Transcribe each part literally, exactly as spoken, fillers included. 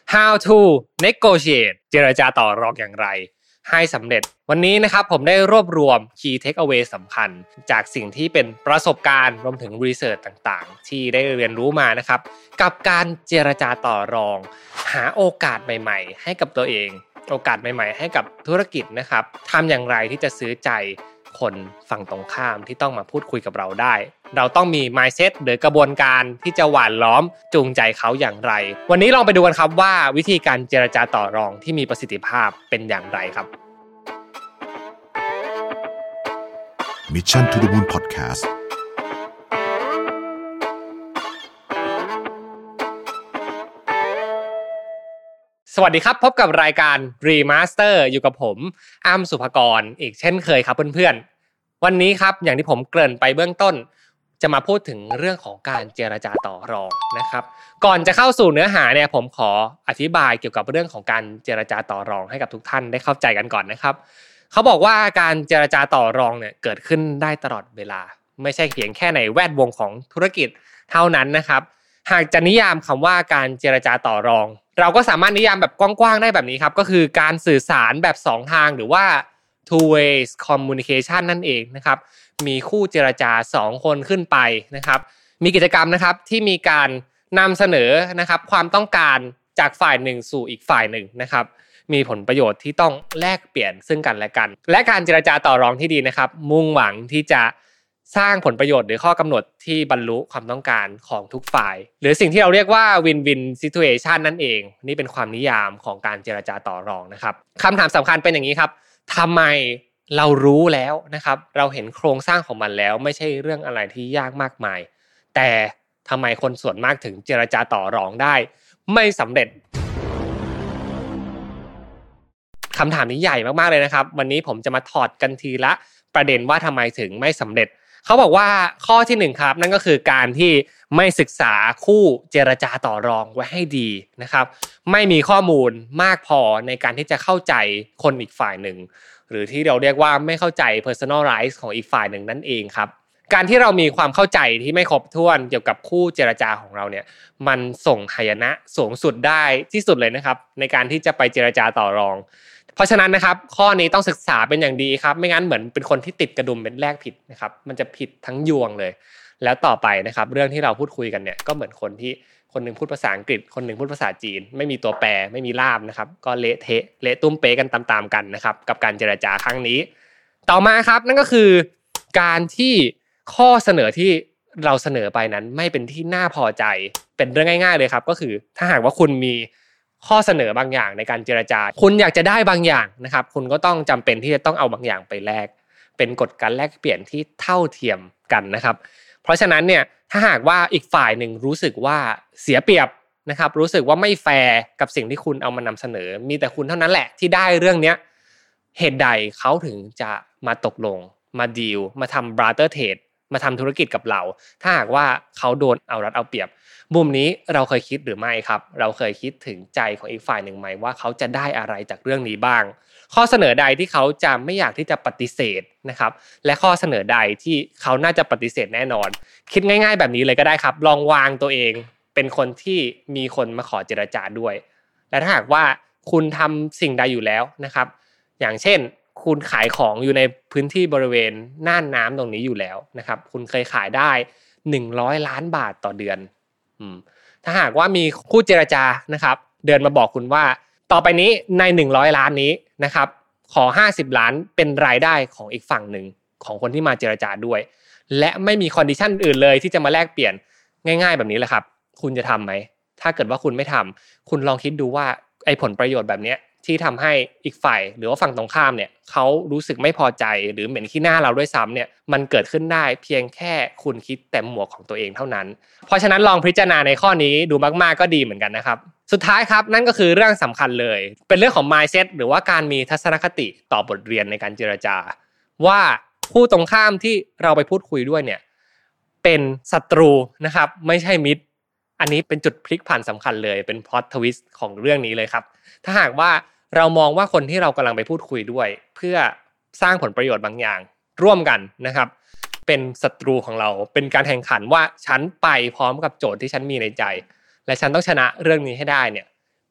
how to negotiate เจรจาต่อรองอย่างไรให้สำเร็จวันนี้นะครับผมได้รวบรวม key takeaway สำคัญจากสิ่งที่เป็นประสบการณ์รวมถึง research ต่างๆที่ได้เรียนรู้มานะครับกับการเจรจาต่อรองหาโอกาสใหม่ๆให้กับตัวเองโอกาสใหม่ๆให้กับธุรกิจนะครับทำอย่างไรที่จะซื้อใจคนฝั่งตรงข้ามที่ต้องมาพูดคุยกับเราได้เราต้องมี mindset หรือกระบวนการที่จะหว่านล้อมจูงใจเขาอย่างไรวันนี้ลองไปดูกันครับว่าวิธีการเจรจาต่อรองที่มีประสิทธิภาพเป็นอย่างไรครับ Mission to the Moon Podcast สวัสดีครับพบกับรายการ Remaster อยู่กับผมอ้ำสุภกรอีกเช่นเคยครับเพื่อนๆวันนี้ครับอย่างที่ผมเกริ่นไปเบื้องต้นจะมาพูดถึงเรื่องของการเจรจาต่อรองนะครับก่อนจะเข้าสู่เนื้อหาเนี่ยผมขออธิบายเกี่ยวกับเรื่องของการเจรจาต่อรองให้กับทุกท่านได้เข้าใจกันก่อนนะครับเขาบอกว่าการเจรจาต่อรองเนี่ยเกิดขึ้นได้ตลอดเวลาไม่ใช่เพียงแค่ในแวดวงของธุรกิจเท่านั้นนะครับหากจะนิยามคำว่าการเจรจาต่อรองเราก็สามารถนิยามแบบกว้างๆได้แบบนี้ครับก็คือการสื่อสารแบบสองทางหรือว่า two ways communication นั่นเองนะครับมีคู่เจรจาสองคนขึ้นไปนะครับมีกิจกรรมนะครับที่มีการนำเสนอนะครับความต้องการจากฝ่ายหนึ่งสู่อีกฝ่ายหนึ่งนะครับมีผลประโยชน์ที่ต้องแลกเปลี่ยนซึ่งกันและกันและการเจรจาต่อรองที่ดีนะครับมุ่งหวังที่จะสร้างผลประโยชน์หรือข้อกำหนดที่บรรลุความต้องการของทุกฝ่ายหรือสิ่งที่เราเรียกว่า win-win situation นั่นเองนี่เป็นความนิยามของการเจรจาต่อรองนะครับคำถามสำคัญเป็นอย่างนี้ครับทำไมเรารู้แล้วนะครับเราเห็นโครงสร้างของมันแล้วไม่ใช่เรื่องอะไรที่ยากมากมายแต่ทำไมคนส่วนมากถึงเจรจาต่อรองได้ไม่สำเร็จคำถามนี้ใหญ่มากๆเลยนะครับวันนี้ผมจะมาถอดกันทีละประเด็นว่าทำไมถึงไม่สำเร็จเขาบอกว่าข้อที่หนึ่งครับนั่นก็คือการที่ไม่ศึกษาคู่เจรจาต่อรองไว้ให้ดีนะครับไม่มีข้อมูลมากพอในการที่จะเข้าใจคนอีกฝ่ายหนึ่งหรือที่เราเรียกว่าไม่เข้าใจ personalize ของอีกฝ่ายหนึ่งนั่นเองครับการที่เรามีความเข้าใจที่ไม่ครบถ้วนเกี่ยวกับคู่เจรจาของเราเนี่ยมันส่งหายนะสูงสุดได้ที่สุดเลยนะครับในการที่จะไปเจรจาต่อรองเพราะฉะนั้นนะครับข้อนี้ต้องศึกษาเป็นอย่างดีครับไม่งั้นเหมือนเป็นคนที่ติดกระดุมเม็ดแรกผิดนะครับมันจะผิดทั้งยวงเลยแล้วต่อไปนะครับเรื่องที่เราพูดคุยกันเนี่ยก็เหมือนคนที่คนนึงพูดภาษาอังกฤษคนนึงพูดภาษาจีนไม่มีตัวแปรไม่มีล่ามนะครับก็เละเทะเละตุ้มเป๊ะกันตามๆกันนะครับกับการเจรจาครั้งนี้ต่อมาครับนั่นก็คือการที่ข้อเสนอที่เราเสนอไปนั้นไม่เป็นที่น่าพอใจเป็นเรื่องง่ายๆเลยครับก็คือถ้าหากว่าคุณมีข้อเสนอบางอย่างในการเจรจาคุณอยากจะได้บางอย่างนะครับคุณก็ต้องจำเป็นที่จะต้องเอาบางอย่างไปแลกเป็นกฎการแลกเปลี่ยนที่เท่าเทียมกันนะครับเพราะฉะนั้นเนี่ยถ้าหากว่าอีกฝ่ายหนึ่งรู้สึกว่าเสียเปรียบนะครับรู้สึกว่าไม่แฟร์กับสิ่งที่คุณเอามานำเสนอมีแต่คุณเท่านั้นแหละที่ได้เรื่องนี้เหตุใดเขาถึงจะมาตกลงมาดีลมาทำบราเตอร์เทรดมาทำธุรกิจกับเราถ้าหากว่าเขาโดนเอารัดเอาเปรียบมุมนี้เราเคยคิดหรือไม่ครับเราเคยคิดถึงใจของอีกฝ่ายหนึ่งไหมว่าเขาจะได้อะไรจากเรื่องนี้บ้างข้อเสนอใดที่เขาจะไม่อยากที่จะปฏิเสธนะครับและข้อเสนอใดที่เขาน่าจะปฏิเสธแน่นอนคิดง่ายๆแบบนี้เลยก็ได้ครับลองวางตัวเองเป็นคนที่มีคนมาขอเจรจาด้วยและถ้าหากว่าคุณทำสิ่งใดอยู่แล้วนะครับอย่างเช่นคุณขายของอยู่ในพื้นที่บริเวณน่านน้ำตรงนี้อยู่แล้วนะครับคุณเคยขายได้หนึ่งร้อยล้านบาทต่อเดือนถ้าหากว่ามีคู่เจรจานะครับเดินมาบอกคุณว่าต่อไปนี้ในหนึ่งร้อยล้านนี้นะครับขอห้าสิบล้านเป็นรายได้ของอีกฝั่งหนึ่งของคนที่มาเจรจาด้วยและไม่มีคอนดิชั่นอื่นเลยที่จะมาแลกเปลี่ยนง่ายๆแบบนี้แหละครับคุณจะทำไหมถ้าเกิดว่าคุณไม่ทำคุณลองคิดดูว่าไอ้ผลประโยชน์แบบนี้ที่ทำให้อีกฝ่ายหรือว่าฝั่งตรงข้ามเนี่ยเขารู้สึกไม่พอใจหรือเหม็นขี้หน้าเราด้วยซ้ำเนี่ยมันเกิดขึ้นได้เพียงแค่คุณคิดแต่หมวกของตัวเองเท่านั้นเพราะฉะนั้นลองพิจารณาในข้อนี้ดูมากๆก็ดีเหมือนกันนะครับสุดท้ายครับนั่นก็คือเรื่องสำคัญเลยเป็นเรื่องของ mindset หรือว่าการมีทัศนคติต่อบทเรียนในการเจรจาว่าผู้ตรงข้ามที่เราไปพูดคุยด้วยเนี่ยเป็นศัตรูนะครับไม่ใช่มิตรอันนี้เป็นจุดพลิกผันสำคัญเลยเป็น plot twist ของเรื่องนี้เลยครับถ้าหากว่าเรามองว่าคนที่เรากำลังไปพูดคุยด้วยเพื่อสร้างผลประโยชน์บางอย่างร่วมกันนะครับเป็นศัตรูของเราเป็นการแข่งขันว่าฉันไปพร้อมกับโจทย์ที่ฉันมีในใจและฉันต้องชนะเรื่องนี้ให้ได้เนี่ย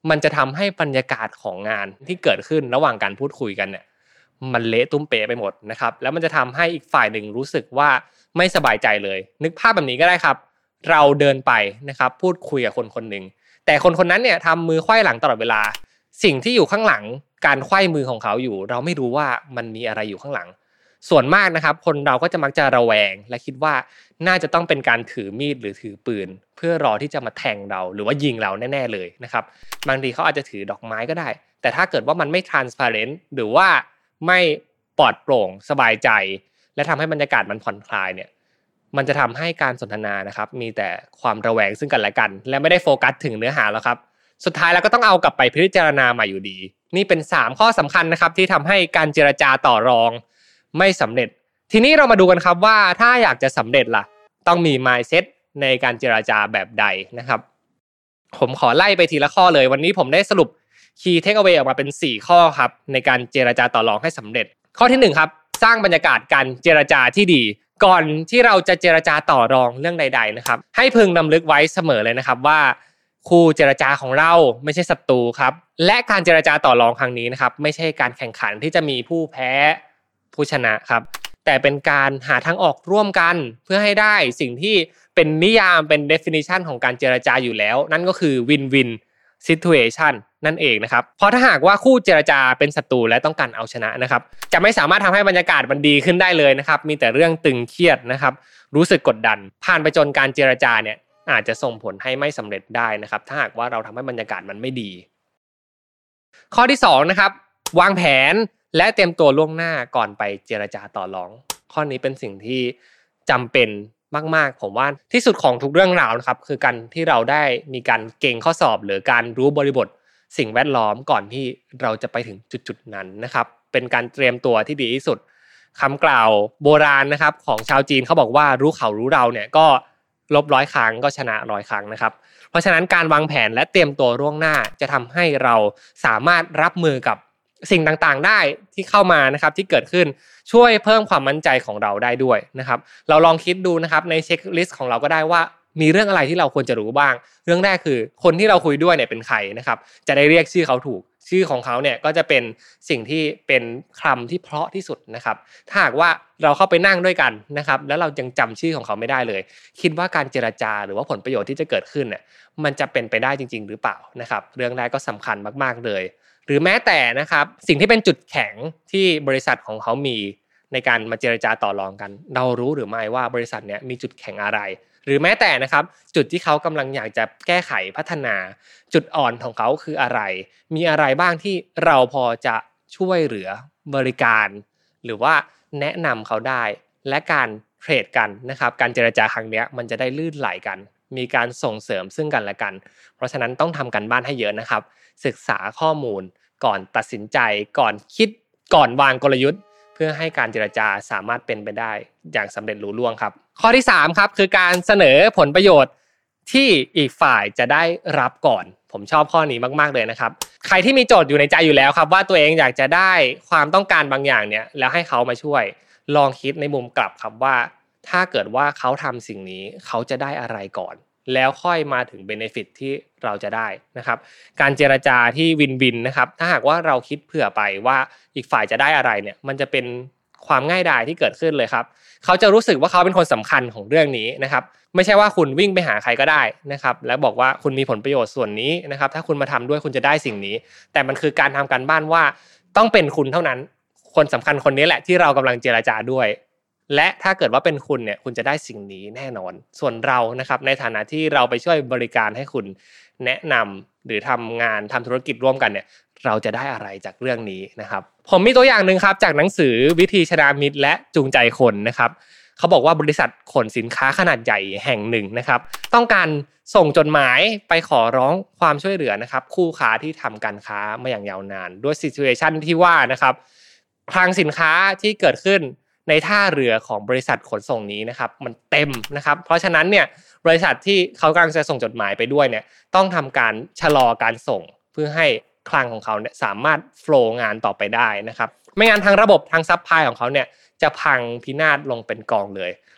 มันจะทำให้บรรยากาศของงานที่เกิดขึ้นระหว่างการพูดคุยกันเนี่ยมันเละตุ้มเป๊ะไปหมดนะครับแล้วมันจะทำให้อีกฝ่ายหนึ่งรู้สึกว่าไม่สบายใจเลยนึกภาพแบบนี้ก็ได้ครับเราเดินไปนะครับพูดคุยกับคนคนหนึ่งแต่คนคนนั้นเนี่ยทำมือไขว้หลังตลอดเวลาสิ่งที่อยู่ข้างหลังการไขว้มือของเขาอยู่เราไม่รู้ว่ามันมีอะไรอยู่ข้างหลังส่วนมากนะครับคนเราก็จะมักจะระแวงและคิดว่าน่าจะต้องเป็นการถือมีดหรือถือปืนเพื่อรอที่จะมาแทงเราหรือว่ายิงเราแน่ๆเลยนะครับบางทีเขาอาจจะถือดอกไม้ก็ได้แต่ถ้าเกิดว่ามันไม่ transparent หรือว่าไม่ปลอดโปร่งสบายใจและทำให้บรรยากาศมันผ่อนคลายเนี่ยมันจะทำให้การสนทนานะครับมีแต่ความระแวงซึ่งกันและกันและไม่ได้โฟกัสถึงเนื้อหาแล้วครับสุดท้ายแล้วก็ต้องเอากลับไปพิจารณาใหม่อยู่ดีนี่เป็นสามข้อสำคัญนะครับที่ทำให้การเจรจาต่อรองไม่สำเร็จทีนี้เรามาดูกันครับว่าถ้าอยากจะสำเร็จล่ะต้องมี mindset ในการเจรจาแบบใดนะครับผมขอไล่ไปทีละข้อเลยวันนี้ผมได้สรุป key takeaway ออกมาเป็นสี่ข้อครับในการเจรจาต่อรองให้สำเร็จข้อที่หนึ่งครับสร้างบรรยากาศการเจรจาที่ดีก่อนที่เราจะเจรจาต่อรองเรื่องใดๆนะครับให้พึงรำลึกไว้เสมอเลยนะครับว่าคู่เจรจาของเราไม่ใช่ศัตรูครับและการเจรจาต่อรองครั้งนี้นะครับไม่ใช่การแข่งขันที่จะมีผู้แพ้ผู้ชนะครับแต่เป็นการหาทางออกร่วมกันเพื่อให้ได้สิ่งที่เป็นนิยามเป็น definition ของการเจรจาอยู่แล้วนั่นก็คือ win-win situation นั่นเองนะครับเพราะถ้าหากว่าคู่เจรจาเป็นศัตรูและต้องการเอาชนะนะครับจะไม่สามารถทำให้บรรยากาศมันดีขึ้นได้เลยนะครับมีแต่เรื่องตึงเครียดนะครับรู้สึกกดดันผ่านไปจนการเจรจาเนี่ยอาจจะส่งผลให้ไม่สำเร็จได้นะครับถ้าหากว่าเราทำให้บรรยากาศมันไม่ดีข้อที่สองนะครับวางแผนและเตรียมตัวล่วงหน้าก่อนไปเจรจาต่อรองข้อนี้เป็นสิ่งที่จำเป็นมากๆผมว่าที่สุดของทุกเรื่องราวนะครับคือการที่เราได้มีการเก่งข้อสอบหรือการรู้บริบทสิ่งแวดล้อมก่อนที่เราจะไปถึงจุดๆนั้นนะครับเป็นการเตรียมตัวที่ดีที่สุดคำกล่าวโบราณนะครับของชาวจีนเขาบอกว่ารู้เขารู้เราเนี่ยก็ลบร้อยครั้งก็ชนะร้อยครั้งนะครับเพราะฉะนั้นการวางแผนและเตรียมตัวล่วงหน้าจะทำให้เราสามารถรับมือกับสิ่งต่างๆได้ที่เข้ามานะครับที่เกิดขึ้นช่วยเพิ่มความมั่นใจของเราได้ด้วยนะครับเราลองคิดดูนะครับในเช็คลิสต์ของเราก็ได้ว่ามีเรื่องอะไรที่เราควรจะรู้บ้างเรื่องแรกคือคนที่เราคุยด้วยเนี่ยเป็นใครนะครับจะได้เรียกชื่อเขาถูกชื่อของเขาเนี่ยก็จะเป็นสิ่งที่เป็นคำที่เพราะที่สุดนะครับถ้าหากว่าเราเข้าไปนั่งด้วยกันนะครับแล้วเรายังจำชื่อของเขาไม่ได้เลยคิดว่าการเจรจาหรือว่าผลประโยชน์ที่จะเกิดขึ้นเนี่ยมันจะเป็นไปได้จริงๆหรือเปล่านะครับเรื่องแรกก็สำคัญมากๆเลยหรือแม้แต่นะครับสิ่งที่เป็นจุดแข็งที่บริษัทของเขามีในการมาเจรจาต่อรองกันเรารู้หรือไม่ว่าบริษัทเนี้ยมีจุดแข็งอะไรหรือแม้แต่นะครับจุดที่เขากำลังอยากจะแก้ไขพัฒนาจุดอ่อนของเขาคืออะไรมีอะไรบ้างที่เราพอจะช่วยเหลือบริการหรือว่าแนะนำเขาได้และการเทรดกันนะครับการเจรจาครั้งนี้มันจะได้ลื่นไหลกันมีการส่งเสริมซึ่งกันและกันเพราะฉะนั้นต้องทำกันบ้านให้เยอะนะครับศึกษาข้อมูลก่อนตัดสินใจก่อนคิดก่อนวางกลยุทธ์เพื่อให้การเจรจาสามารถเป็นไปได้อย่างสำเร็จลุล่วงครับข้อที่สามครับคือการเสนอผลประโยชน์ที่อีกฝ่ายจะได้รับก่อนผมชอบข้อนี้มากๆเลยนะครับใครที่มีโจทย์อยู่ในใจอยู่แล้วครับว่าตัวเองอยากจะได้ความต้องการบางอย่างเนี่ยแล้วให้เขามาช่วยลองคิดในมุมกลับครับว่าถ้าเกิดว่าเขาทำสิ่งนี้เขาจะได้อะไรก่อนแล้วค่อยมาถึง benefit ที่เราจะได้นะครับการเจรจาที่วินวินนะครับถ้าหากว่าเราคิดเผื่อไปว่าอีกฝ่ายจะได้อะไรเนี่ยมันจะเป็นความง่ายดายที่เกิดขึ้นเลยครับเขาจะรู้สึกว่าเขาเป็นคนสำคัญของเรื่องนี้นะครับไม่ใช่ว่าคุณวิ่งไปหาใครก็ได้นะครับแล้วบอกว่าคุณมีผลประโยชน์ส่วนนี้นะครับถ้าคุณมาทำด้วยคุณจะได้สิ่งนี้แต่มันคือการทำการบ้านว่าต้องเป็นคุณเท่านั้นคนสำคัญคนนี้แหละที่เรากำลังเจรจาด้วยและถ้าเกิดว่าเป็นคุณเนี่ยคุณจะได้สิ่งนี้แน่นอนส่วนเรานะครับในฐานะที่เราไปช่วยบริการให้คุณแนะนำหรือทำงานทำธุรกิจร่วมกันเนี่ยเราจะได้อะไรจากเรื่องนี้นะครับผมมีตัวอย่างนึงครับจากหนังสือวิธีชนะมิตรและจูงใจคนนะครับเขาบอกว่าบริษัทขนสินค้าขนาดใหญ่แห่งหนึ่งนะครับต้องการส่งจดหมายไปขอร้องความช่วยเหลือนะครับคู่ค้าที่ทำการค้ามาอย่างยาวนานด้วยซิทูเอชั่นที่ว่านะครับคลังสินค้าที่เกิดขึ้นในท่าเรือของบริษัทขนส่งนี้นะครับมันเต็มนะครับเพราะฉะนั้นเนี่ยบริษัทที่เขากำลังจะส่งจดหมายไปด้วยเนี่ยต้องทำการชะลอการส่งเพื่อให้คลังของเขาเนี่ยสามารถโฟลว์งานต่อไปได้นะครับไม่งั้นทางระบบทางซัพพลายของเขาเนี่ยจะพังพินาศลงเป็นกองเลย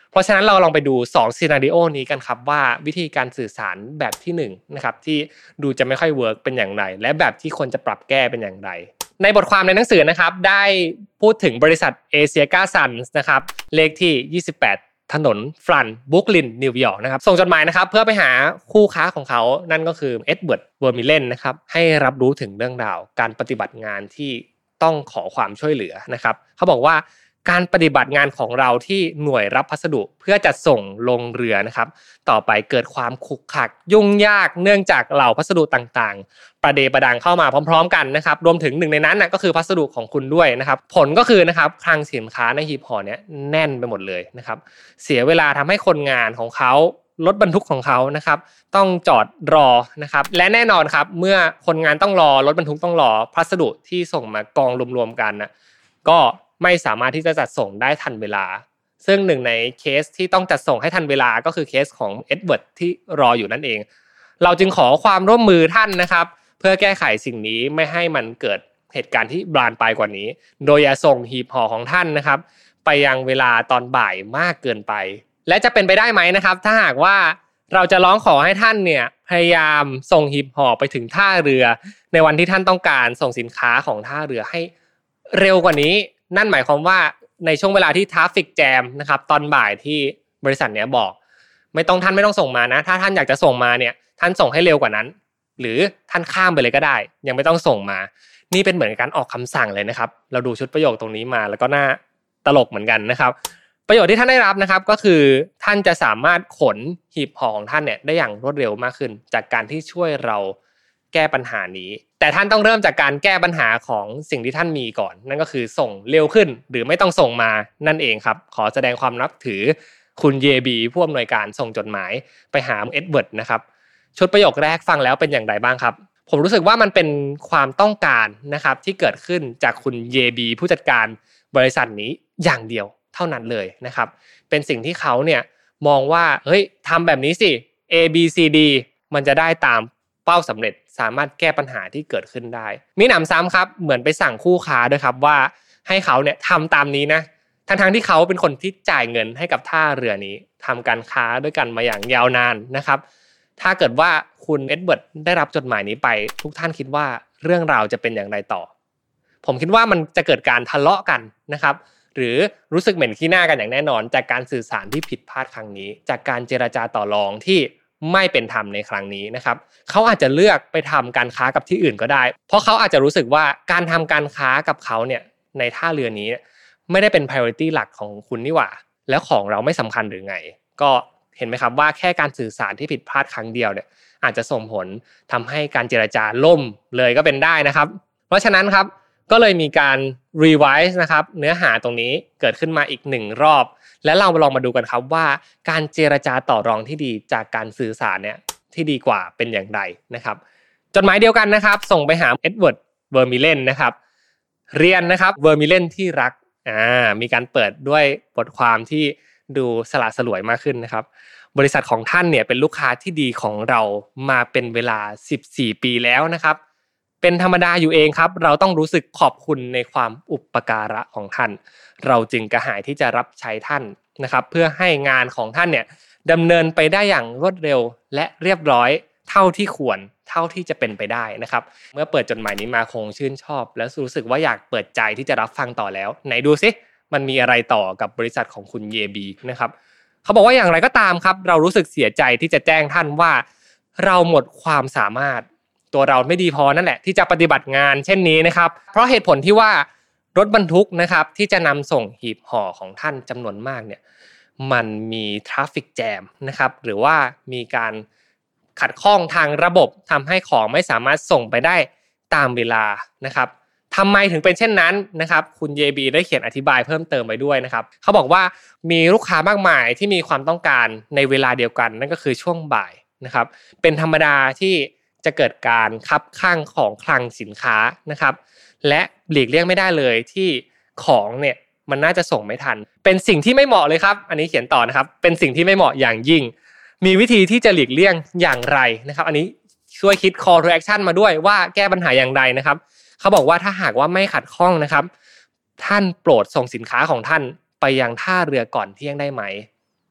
เพราะฉะนั้นเราลองไปดูสองซีนาริโอนี้กันครับว่าวิธีการสื่อสารแบบที่หนึ่งนะครับที่ดูจะไม่ค่อยเวิร์กเป็นอย่างไรและแบบที่ควรจะปรับแก้เป็นอย่างไรในบทความในหนังสือนะครับได้พูดถึงบริษัทเอเชียกาซันส์นะครับเลขที่ยี่สิบแปดถนนฟรันบรุกลินนิวยอร์กนะครับส่งจดหมายนะครับเพื่อไปหาคู่ค้าของเขานั่นก็คือเอ็ดเวิร์ดเวอร์มิเลนนะครับให้รับรู้ถึงเรื่องราวการปฏิบัติงานที่ต้องขอความช่วยเหลือนะครับเขาบอกว่าการปฏิบัติงานของเราที่หน่วยรับพัสดุเพื่อจัดส่งลงเรือนะครับต่อไปเกิดความขรุขระยุ่งยากเนื่องจากเหล่าพัสดุต่างๆประเดประดังเข้ามาพร้อมๆกันนะครับรวมถึงหนึ่งในนั้นนะก็คือพัสดุของคุณด้วยนะครับผลก็คือนะครับคลังสินค้าในหีบห่อเนี้ยแน่นไปหมดเลยนะครับเสียเวลาทำให้คนงานของเขารถบรรทุกของเขานะครับต้องจอดรอนะครับและแน่นอนครับเมื่อคนงานต้องรอรถบรรทุกต้องรอพัสดุที่ส่งมากองรวมๆกันนะก็ไม่สามารถที่จะจัดส่งได้ทันเวลาซึ่งหนึ่งในเคสที่ต้องจัดส่งให้ทันเวลาก็คือเคสของเอ็ดเวิร์ดที่รออยู่นั่นเองเราจึงขอความร่วมมือท่านนะครับเพื่อแก้ไขสิ่งนี้ไม่ให้มันเกิดเหตุการณ์ที่บานปลายกว่านี้โดยอย่าส่งหีบห่อของท่านนะครับไปยังเวลาตอนบ่ายมากเกินไปและจะเป็นไปได้ไหมนะครับถ้าหากว่าเราจะร้องขอให้ท่านเนี่ยพยายามส่งหีบห่อไปถึงท่าเรือในวันที่ท่านต้องการส่งสินค้าของท่าเรือให้เร็วกว่านี้นั่นหมายความว่าในช่วงเวลาที่ทราฟฟิกแจมนะครับตอนบ่ายที่บริษัทเนี้ยบอกไม่ต้องท่านไม่ต้องส่งมานะถ้าท่านอยากจะส่งมาเนี่ยท่านส่งให้เร็วกว่านั้นหรือท่านข้ามไปเลยก็ได้ยังไม่ต้องส่งมานี่เป็นเหมือนการออกคำสั่งเลยนะครับเราดูชุดประโยคตรงนี้มาแล้วก็น่าตลกเหมือนกันนะครับประโยชน์ที่ท่านได้รับนะครับก็คือท่านจะสามารถขนหีบห่อของท่านเนี่ยได้อย่างรวดเร็วมากขึ้นจากการที่ช่วยเราแก้ปัญหานี้แต่ท่านต้องเริ่มจากการแก้ปัญหาของสิ่งที่ท่านมีก่อนนั่นก็คือส่งเร็วขึ้นหรือไม่ต้องส่งมานั่นเองครับขอแสดงความนับถือคุณเยบีผู้อำนวยการส่งจดหมายไปหาเอ็ดเวิร์ดนะครับชุดประโยคแรกฟังแล้วเป็นอย่างไรบ้างครับผมรู้สึกว่ามันเป็นความต้องการนะครับที่เกิดขึ้นจากคุณเยบีผู้จัดการบริษัทนี้อย่างเดียวเท่านั้นเลยนะครับเป็นสิ่งที่เขาเนี่ยมองว่าเฮ้ยทำแบบนี้สิ A B C D มันจะได้ตามเป้าสำเร็จสามารถแก้ปัญหาที่เกิดขึ้นได้มีหนำซ้ำครับเหมือนไปสั่งคู่ค้าด้วยครับว่าให้เขาเนี่ยทำตามนี้นะทั้งๆที่เขาเป็นคนที่จ่ายเงินให้กับท่าเรือนี้ทำการค้าด้วยกันมาอย่างยาวนานนะครับถ้าเกิดว่าคุณเอ็ดเวิร์ดได้รับจดหมายนี้ไปทุกท่านคิดว่าเรื่องราวจะเป็นอย่างไรต่อผมคิดว่ามันจะเกิดการทะเลาะกันนะครับหรือรู้สึกเหม็นขี้หน้ากันอย่างแน่นอนจากการสื่อสารที่ผิดพลาดครั้งนี้จากการเจรจาต่อรองที่ไม่เป็นธรรมในครั้งนี้นะครับเขาอาจจะเลือกไปทำการค้ากับที่อื่นก็ได้เพราะเขาอาจจะรู้สึกว่าการทำการค้ากับเขาเนี่ยในท่าเรือนี้ไม่ได้เป็น priority หลักของคุณนี่หว่าแล้วของเราไม่สำคัญหรือไงก็เห็นไหมครับว่าแค่การสื่อสารที่ผิดพลาดครั้งเดียวเนี่ยอาจจะส่งผลทำให้การเจรจาล่มเลยก็เป็นได้นะครับเพราะฉะนั้นครับก็เลยมีการ revise นะครับเนื้อหาตรงนี้เกิดขึ้นมาอีกหนึ่งรอบและเราลองมาดูกันครับว่าการเจรจาต่อรองที่ดีจากการสื่อสารเนี่ยที่ดีกว่าเป็นอย่างไรนะครับจดหมายเดียวกันนะครับส่งไปหาเอ็ดเวิร์ดเวอร์มิเลนนะครับเรียนนะครับเวอร์มิเลนที่รักอ่ามีการเปิดด้วยบทความที่ดูสละสลวยมากขึ้นนะครับบริษัทของท่านเนี่ยเป็นลูกค้าที่ดีของเรามาเป็นเวลาสิบสี่ปีแล้วนะครับเป็นธรรมดาอยู่เองครับเราต้องรู้สึกขอบคุณในความอุปการะของท่านเราจึงกระหายที่จะรับใช้ท่านนะครับเพื่อให้งานของท่านเนี่ยดำเนินไปได้อย่างรวดเร็วและเรียบร้อยเท่าที่ควรเท่าที่จะเป็นไปได้นะครับเมื่อเปิดจดหมายนี้มาคงชื่นชอบและรู้สึกว่าอยากเปิดใจที่จะรับฟังต่อแล้วไหนดูซิมันมีอะไรต่อกับบริษัทของคุณเยบีนะครับเขาบอกว่าอย่างไรก็ตามครับเรารู้สึกเสียใจที่จะแจ้งท่านว่าเราหมดความสามารถตัวเราไม่ดีพอนั่นแหละที่จะปฏิบัติงานเช่นนี้นะครับเพราะเหตุผลที่ว่ารถบรรทุกนะครับที่จะนำส่งหีบห่อของท่านจำนวนมากเนี่ยมันมีทราฟฟิกแจมนะครับหรือว่ามีการขัดข้องทางระบบทำให้ของไม่สามารถส่งไปได้ตามเวลานะครับทำไมถึงเป็นเช่นนั้นนะครับคุณเยบีได้เขียนอธิบายเพิ่มเติมไว้ด้วยนะครับเขาบอกว่ามีลูกค้ามากมายที่มีความต้องการในเวลาเดียวกันนั่นก็คือช่วงบ่ายนะครับเป็นธรรมดาที่จะเกิดการคับข้างของคลังสินค้านะครับและหลีกเลี่ยงไม่ได้เลยที่ของเนี่ยมันน่าจะส่งไม่ทันเป็นสิ่งที่ไม่เหมาะเลยครับอันนี้เขียนต่อนะครับเป็นสิ่งที่ไม่เหมาะอย่างยิ่งมีวิธีที่จะหลีกเลี่ยงอย่างไรนะครับอันนี้ช่วยคิด call to action มาด้วยว่าแก้ปัญหาอย่างไรนะครับเขาบอกว่าถ้าหากว่าไม่ขัดข้องนะครับท่านโปรดส่งสินค้าของท่านไปยังท่าเรือก่อนเที่ยงได้ไหม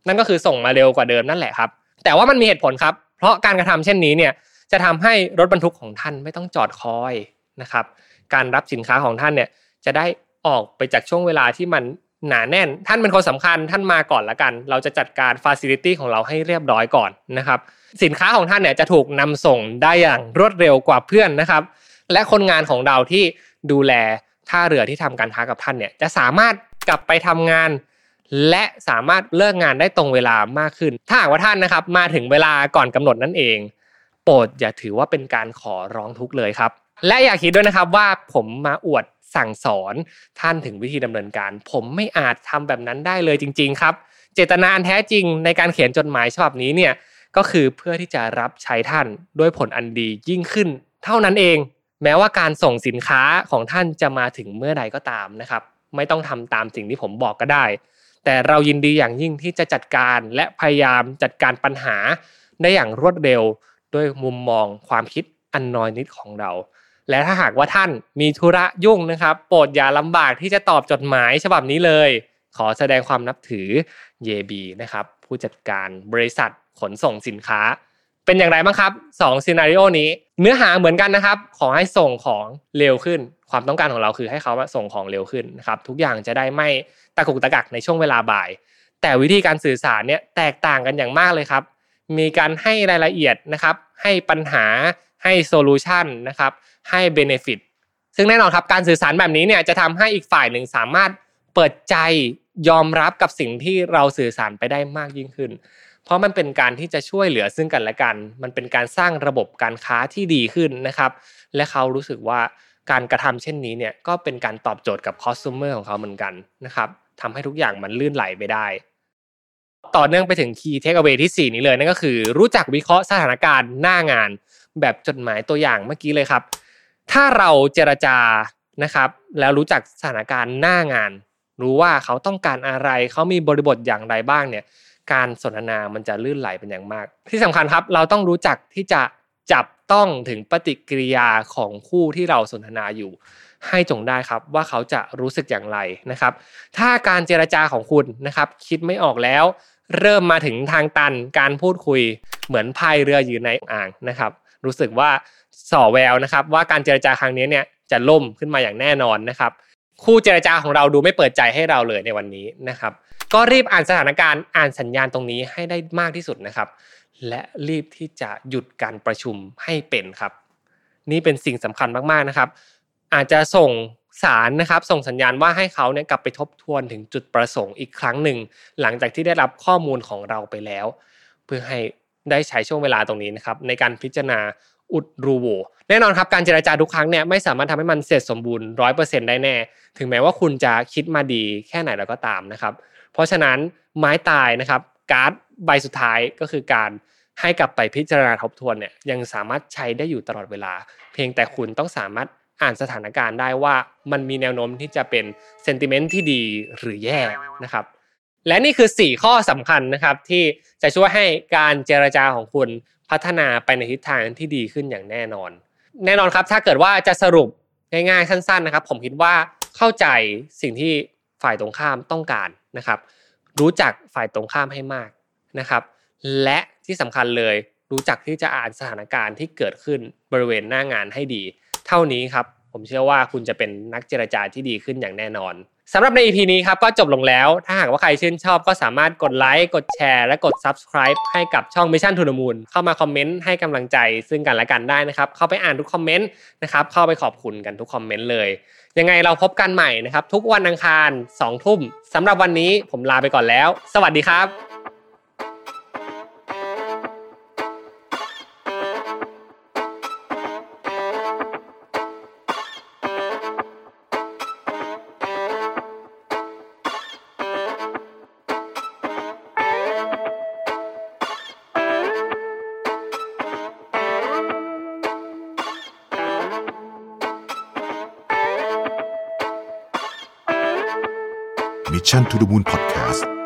นั่นก็คือส่งมาเร็วกว่าเดิมนั่นแหละครับแต่ว่ามันมีเหตุผลครับเพราะการกระทำเช่นนี้เนี่ยจะทำให้รถบรรทุกของท่านไม่ต้องจอดคอยนะครับการรับสินค้าของท่านเนี่ยจะได้ออกไปจากช่วงเวลาที่มันหนาแน่นท่านเป็นคนสำคัญท่านมาก่อนละกันเราจะจัดการฟาซิลิตี้ของเราให้เรียบร้อยก่อนนะครับสินค้าของท่านเนี่ยจะถูกนำส่งได้อย่างรวดเร็วกว่าเพื่อนนะครับและคนงานของเราที่ดูแลท่าเรือที่ทำการค้ากับท่านเนี่ยจะสามารถกลับไปทำงานและสามารถเลิกงานได้ตรงเวลามากขึ้นถ้าหากว่าท่านนะครับมาถึงเวลาก่อนกำหนดนั่นเองโปรดอย่าถือว่าเป็นการขอร้องทุกข์เลยครับและอย่าคิดด้วยนะครับว่าผมมาอวดสั่งสอนท่านถึงวิธีดำเนินการผมไม่อาจทำแบบนั้นได้เลยจริงๆครับเจตนาอันแท้จริงในการเขียนจดหมายฉบับนี้เนี่ยก็คือเพื่อที่จะรับใช้ท่านด้วยผลอันดียิ่งขึ้นเท่านั้นเองแม้ว่าการส่งสินค้าของท่านจะมาถึงเมื่อใดก็ตามนะครับไม่ต้องทำตามสิ่งที่ผมบอกก็ได้แต่เรายินดีอย่างยิ่งที่จะจัดการและพยายามจัดการปัญหาได้อย่างรวดเร็วด้วยมุมมองความคิดอันน้อยนิดของเราและถ้าหากว่าท่านมีธุระยุ่งนะครับโปรดอย่าลำบากที่จะตอบจดหมายฉบับนี้เลยขอแสดงความนับถือ เย บี นะครับผู้จัดการบริษัทขนส่งสินค้าเป็นอย่างไรบ้างครับสองซีนาริโอนี้เนื้อหาเหมือนกันนะครับขอให้ส่งของเร็วขึ้นความต้องการของเราคือให้เขาส่งของเร็วขึ้นนะครับทุกอย่างจะได้ไม่ตะกุกตะกักในช่วงเวลาบ่ายแต่วิธีการสื่อสารเนี่ยแตกต่างกันอย่างมากเลยครับมีการให้รายละเอียดนะครับให้ปัญหาให้โซลูชันนะครับให้เบเนฟิตซึ่งแน่นอนครับการสื่อสารแบบนี้เนี่ยจะทำให้อีกฝ่ายหนึ่งสามารถเปิดใจยอมรับกับสิ่งที่เราสื่อสารไปได้มากยิ่งขึ้นเพราะมันเป็นการที่จะช่วยเหลือซึ่งกันและกันมันเป็นการสร้างระบบการค้าที่ดีขึ้นนะครับและเขารู้สึกว่าการกระทำเช่นนี้เนี่ยก็เป็นการตอบโจทย์กับคอส sumer ของเขาเหมือนกันนะครับทำให้ทุกอย่างมันลื่นไหลไปได้ต่อเนื่องไปถึง key takeaway ที่สี่นี้เลยนั่นก็คือรู้จักวิเคราะห์สถานการณ์หน้างานแบบจดหมายตัวอย่างเมื่อกี้เลยครับถ้าเราเจรจานะครับแล้วรู้จักสถานการณ์หน้างานรู้ว่าเขาต้องการอะไรเขามีบริบทอย่างไรบ้างเนี่ยการสนทนามันจะลื่นไหลเป็นอย่างมากที่สำคัญครับเราต้องรู้จักที่จะจับต้องถึงปฏิกิริยาของคู่ที่เราสนทนาอยู่ให้จงได้ครับว่าเขาจะรู้สึกอย่างไรนะครับถ้าการเจรจาของคุณนะครับคิดไม่ออกแล้วเริ่มมาถึงทางตันการพูดคุยเหมือนพายเรืออยู่ในอ่างนะครับรู้สึกว่าส่อแววนะครับว่าการเจรจาครั้งนี้เนี่ยจะล่มขึ้นมาอย่างแน่นอนนะครับคู่เจรจาของเราดูไม่เปิดใจให้เราเลยในวันนี้นะครับก็รีบอ่านสถานการณ์อ่านสัญญาณตรงนี้ให้ได้มากที่สุดนะครับและรีบที่จะหยุดการประชุมให้เป็นครับนี่เป็นสิ่งสำคัญมากๆนะครับอาจจะส่งสารนะครับส่งสัญญาณว่าให้เขาเนี่ยกลับไปทบทวนถึงจุดประสงค์อีกครั้งหนึ่งหลังจากที่ได้รับข้อมูลของเราไปแล้วเพื่อให้ได้ใช้ช่วงเวลาตรงนี้นะครับในการพิจารณาอุดรูโหว่แน่นอนครับการเจรจาทุกครั้งเนี่ยไม่สามารถทำให้มันเสร็จสมบูรณ์ ร้อยเปอร์เซ็นต์ ได้แน่ถึงแม้ว่าคุณจะคิดมาดีแค่ไหนแล้วก็ตามนะครับเพราะฉะนั้นไม้ตายนะครับการ์ดใบสุดท้ายก็คือการให้กลับไปพิจารณาทบทวนเนี่ยยังสามารถใช้ได้อยู่ตลอดเวลาเพียงแต่คุณต้องสามารถอ่านสถานการณ์ได้ว่ามันมีแนวโน้มที่จะเป็นเซนติเมนต์ที่ดีหรือแย่นะครับและนี่คือสี่ข้อสำคัญนะครับที่จะช่วยให้การเจรจาของคุณพัฒนาไปในทิศทางที่ดีขึ้นอย่างแน่นอนแน่นอนครับถ้าเกิดว่าจะสรุปง่ายๆสั้นๆนะครับผมคิดว่าเข้าใจสิ่งที่ฝ่ายตรงข้ามต้องการนะครับรู้จักฝ่ายตรงข้ามให้มากนะครับและที่สำคัญเลยรู้จักที่จะอ่านสถานการณ์ที่เกิดขึ้นบริเวณหน้างานให้ดีเท่านี้ครับผมเชื่อว่าคุณจะเป็นนักเจรจาที่ดีขึ้นอย่างแน่นอนสำหรับใน อี พี นี้ครับก็จบลงแล้วถ้าหากว่าใครชื่นชอบก็สามารถกดไลค์กดแชร์และกด Subscribe ให้กับช่อง Mission to the Moon เข้ามาคอมเมนต์ให้กำลังใจซึ่งกันและกันได้นะครับเข้าไปอ่านทุกคอมเมนต์นะครับเข้าไปขอบคุณกันทุกคอมเมนต์เลยยังไงเราพบกันใหม่นะครับทุกวันอังคาร สองทุ่มสำหรับวันนี้ผมลาไปก่อนแล้วสวัสดีครับ Mission to the Moon Podcast